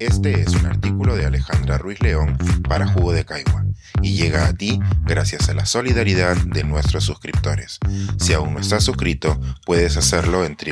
Este es un artículo de Alejandra Ruiz León para Jugo de Caigua y llega a ti gracias a la solidaridad de nuestros suscriptores. Si aún no estás suscrito, puedes hacerlo en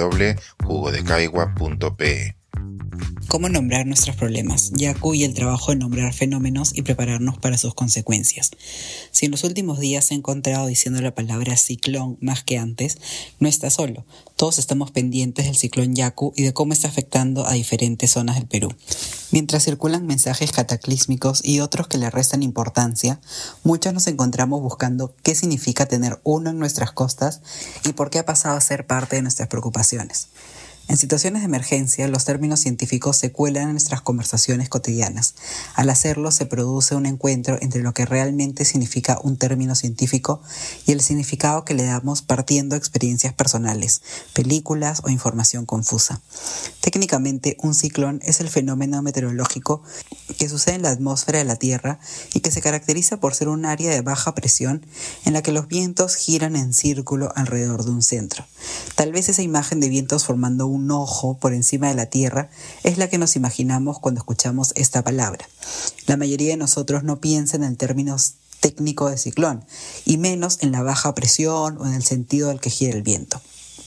www.jugodecaigua.pe. Cómo nombrar nuestros problemas, Yaku y el trabajo de nombrar fenómenos y prepararnos para sus consecuencias. Si en los últimos días se ha encontrado diciendo la palabra ciclón más que antes, no está solo. Todos estamos pendientes del ciclón Yaku y de cómo está afectando a diferentes zonas del Perú. Mientras circulan mensajes cataclísmicos y otros que le restan importancia, muchos nos encontramos buscando qué significa tener uno en nuestras costas y por qué ha pasado a ser parte de nuestras preocupaciones. En situaciones de emergencia, los términos científicos se cuelan en nuestras conversaciones cotidianas. Al hacerlo, se produce un encuentro entre lo que realmente significa un término científico y el significado que le damos partiendo de experiencias personales, películas o información confusa. Técnicamente, un ciclón es el fenómeno meteorológico que sucede en la atmósfera de la Tierra y que se caracteriza por ser un área de baja presión en la que los vientos giran en círculo alrededor de un centro. Tal vez esa imagen de vientos formando un ojo por encima de la Tierra es la que nos imaginamos cuando escuchamos esta palabra. La mayoría de nosotros no piensa en el término técnico de ciclón, y menos en la baja presión o en el sentido al que gira el viento.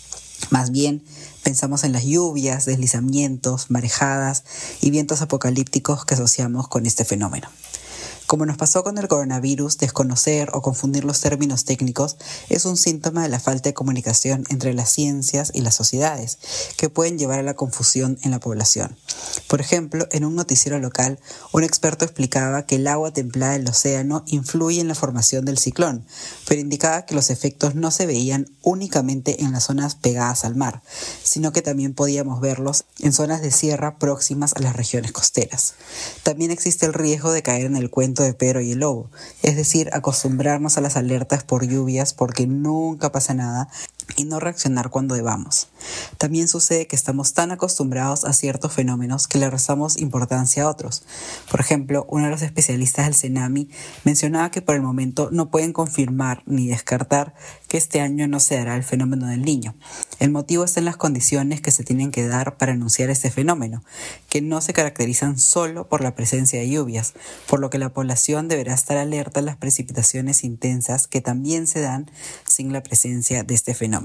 Más bien, pensamos en las lluvias, deslizamientos, marejadas y vientos apocalípticos que asociamos con este fenómeno. Como nos pasó con el coronavirus, desconocer o confundir los términos técnicos es un síntoma de la falta de comunicación entre las ciencias y las sociedades, que pueden llevar a la confusión en la población. Por ejemplo, en un noticiero local, un experto explicaba que el agua templada del océano influye en la formación del ciclón, pero indicaba que los efectos no se veían únicamente en las zonas pegadas al mar, sino que también podíamos verlos en zonas de sierra próximas a las regiones costeras. También existe el riesgo de caer en el cuento de Pedro y el Lobo, es decir, acostumbrarnos a las alertas por lluvias porque nunca pasa nada y no reaccionar cuando debamos. También sucede que estamos tan acostumbrados a ciertos fenómenos que le restamos importancia a otros. Por ejemplo, uno de los especialistas del CENAMI mencionaba que por el momento no pueden confirmar ni descartar que este año no se dará el fenómeno del Niño. El motivo está en las condiciones que se tienen que dar para anunciar este fenómeno, que no se caracterizan solo por la presencia de lluvias, por lo que la población deberá estar alerta a las precipitaciones intensas que también se dan sin la presencia de este fenómeno.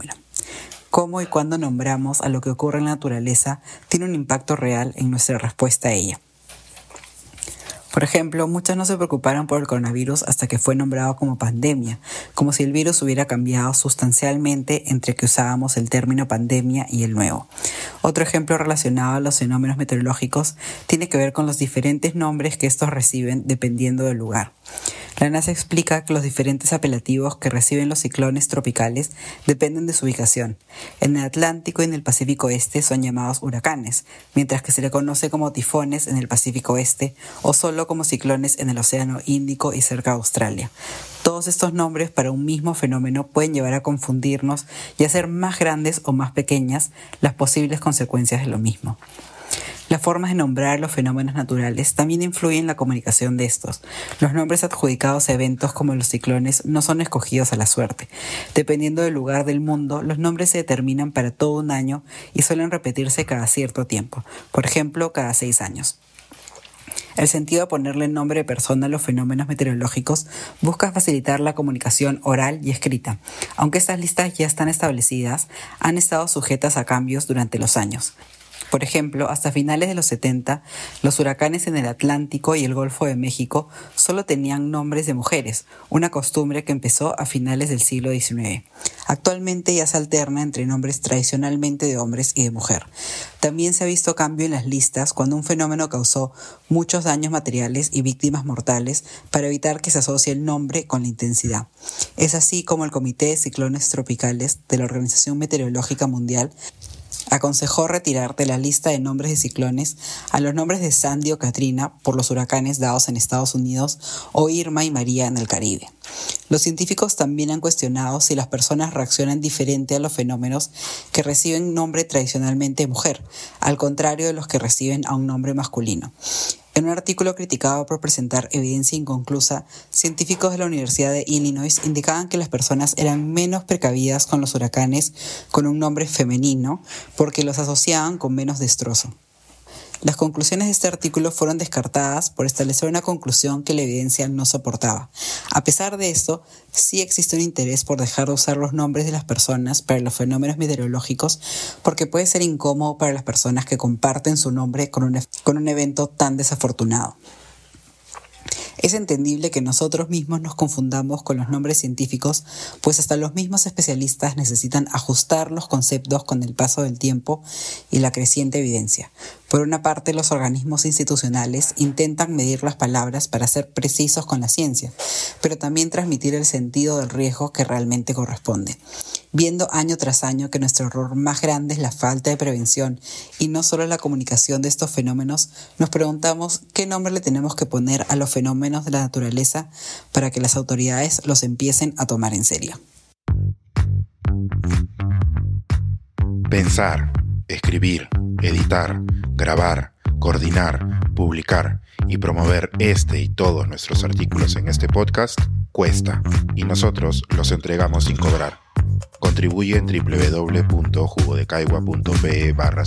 Cómo y cuándo nombramos a lo que ocurre en la naturaleza tiene un impacto real en nuestra respuesta a ella. Por ejemplo, muchos no se preocuparon por el coronavirus hasta que fue nombrado como pandemia, como si el virus hubiera cambiado sustancialmente entre que usábamos el término pandemia y el nuevo. Otro ejemplo relacionado a los fenómenos meteorológicos tiene que ver con los diferentes nombres que estos reciben dependiendo del lugar. La NASA explica que los diferentes apelativos que reciben los ciclones tropicales dependen de su ubicación. En el Atlántico y en el Pacífico Este son llamados huracanes, mientras que se le conoce como tifones en el Pacífico Este o solo como ciclones en el Océano Índico y cerca de Australia. Todos estos nombres para un mismo fenómeno pueden llevar a confundirnos y hacer más grandes o más pequeñas las posibles consecuencias de lo mismo. Las formas de nombrar los fenómenos naturales también influyen en la comunicación de estos. Los nombres adjudicados a eventos como los ciclones no son escogidos a la suerte. Dependiendo del lugar del mundo, los nombres se determinan para todo un año y suelen repetirse cada cierto tiempo, por ejemplo, cada 6 años. El sentido de ponerle nombre de persona a los fenómenos meteorológicos busca facilitar la comunicación oral y escrita. Aunque estas listas ya están establecidas, han estado sujetas a cambios durante los años. Por ejemplo, hasta finales de los 70, los huracanes en el Atlántico y el Golfo de México solo tenían nombres de mujeres, una costumbre que empezó a finales del siglo XIX. Actualmente ya se alterna entre nombres tradicionalmente de hombres y de mujer. También se ha visto cambio en las listas cuando un fenómeno causó muchos daños materiales y víctimas mortales para evitar que se asocie el nombre con la intensidad. Es así como el Comité de Ciclones Tropicales de la Organización Meteorológica Mundial aconsejó retirar de la lista de nombres de ciclones a los nombres de Sandy o Katrina por los huracanes dados en Estados Unidos o Irma y María en el Caribe. Los científicos también han cuestionado si las personas reaccionan diferente a los fenómenos que reciben nombre tradicionalmente de mujer, al contrario de los que reciben a un nombre masculino. En un artículo criticado por presentar evidencia inconclusa, científicos de la Universidad de Illinois indicaban que las personas eran menos precavidas con los huracanes con un nombre femenino porque los asociaban con menos destrozo. Las conclusiones de este artículo fueron descartadas por establecer una conclusión que la evidencia no soportaba. A pesar de esto, sí existe un interés por dejar de usar los nombres de las personas para los fenómenos meteorológicos porque puede ser incómodo para las personas que comparten su nombre con un evento tan desafortunado. Es entendible que nosotros mismos nos confundamos con los nombres científicos, pues hasta los mismos especialistas necesitan ajustar los conceptos con el paso del tiempo y la creciente evidencia. Por una parte, los organismos institucionales intentan medir las palabras para ser precisos con la ciencia, pero también transmitir el sentido del riesgo que realmente corresponde. Viendo año tras año que nuestro error más grande es la falta de prevención y no solo la comunicación de estos fenómenos, nos preguntamos qué nombre le tenemos que poner a los fenómenos de la naturaleza para que las autoridades los empiecen a tomar en serio. Pensar, escribir, editar, grabar, coordinar, publicar y promover este y todos nuestros artículos en este podcast cuesta, y nosotros los entregamos sin cobrar. Contribuye en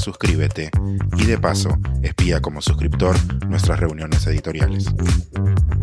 www.jugodecaigua.pe/suscríbete y de paso espía como suscriptor nuestras reuniones editoriales.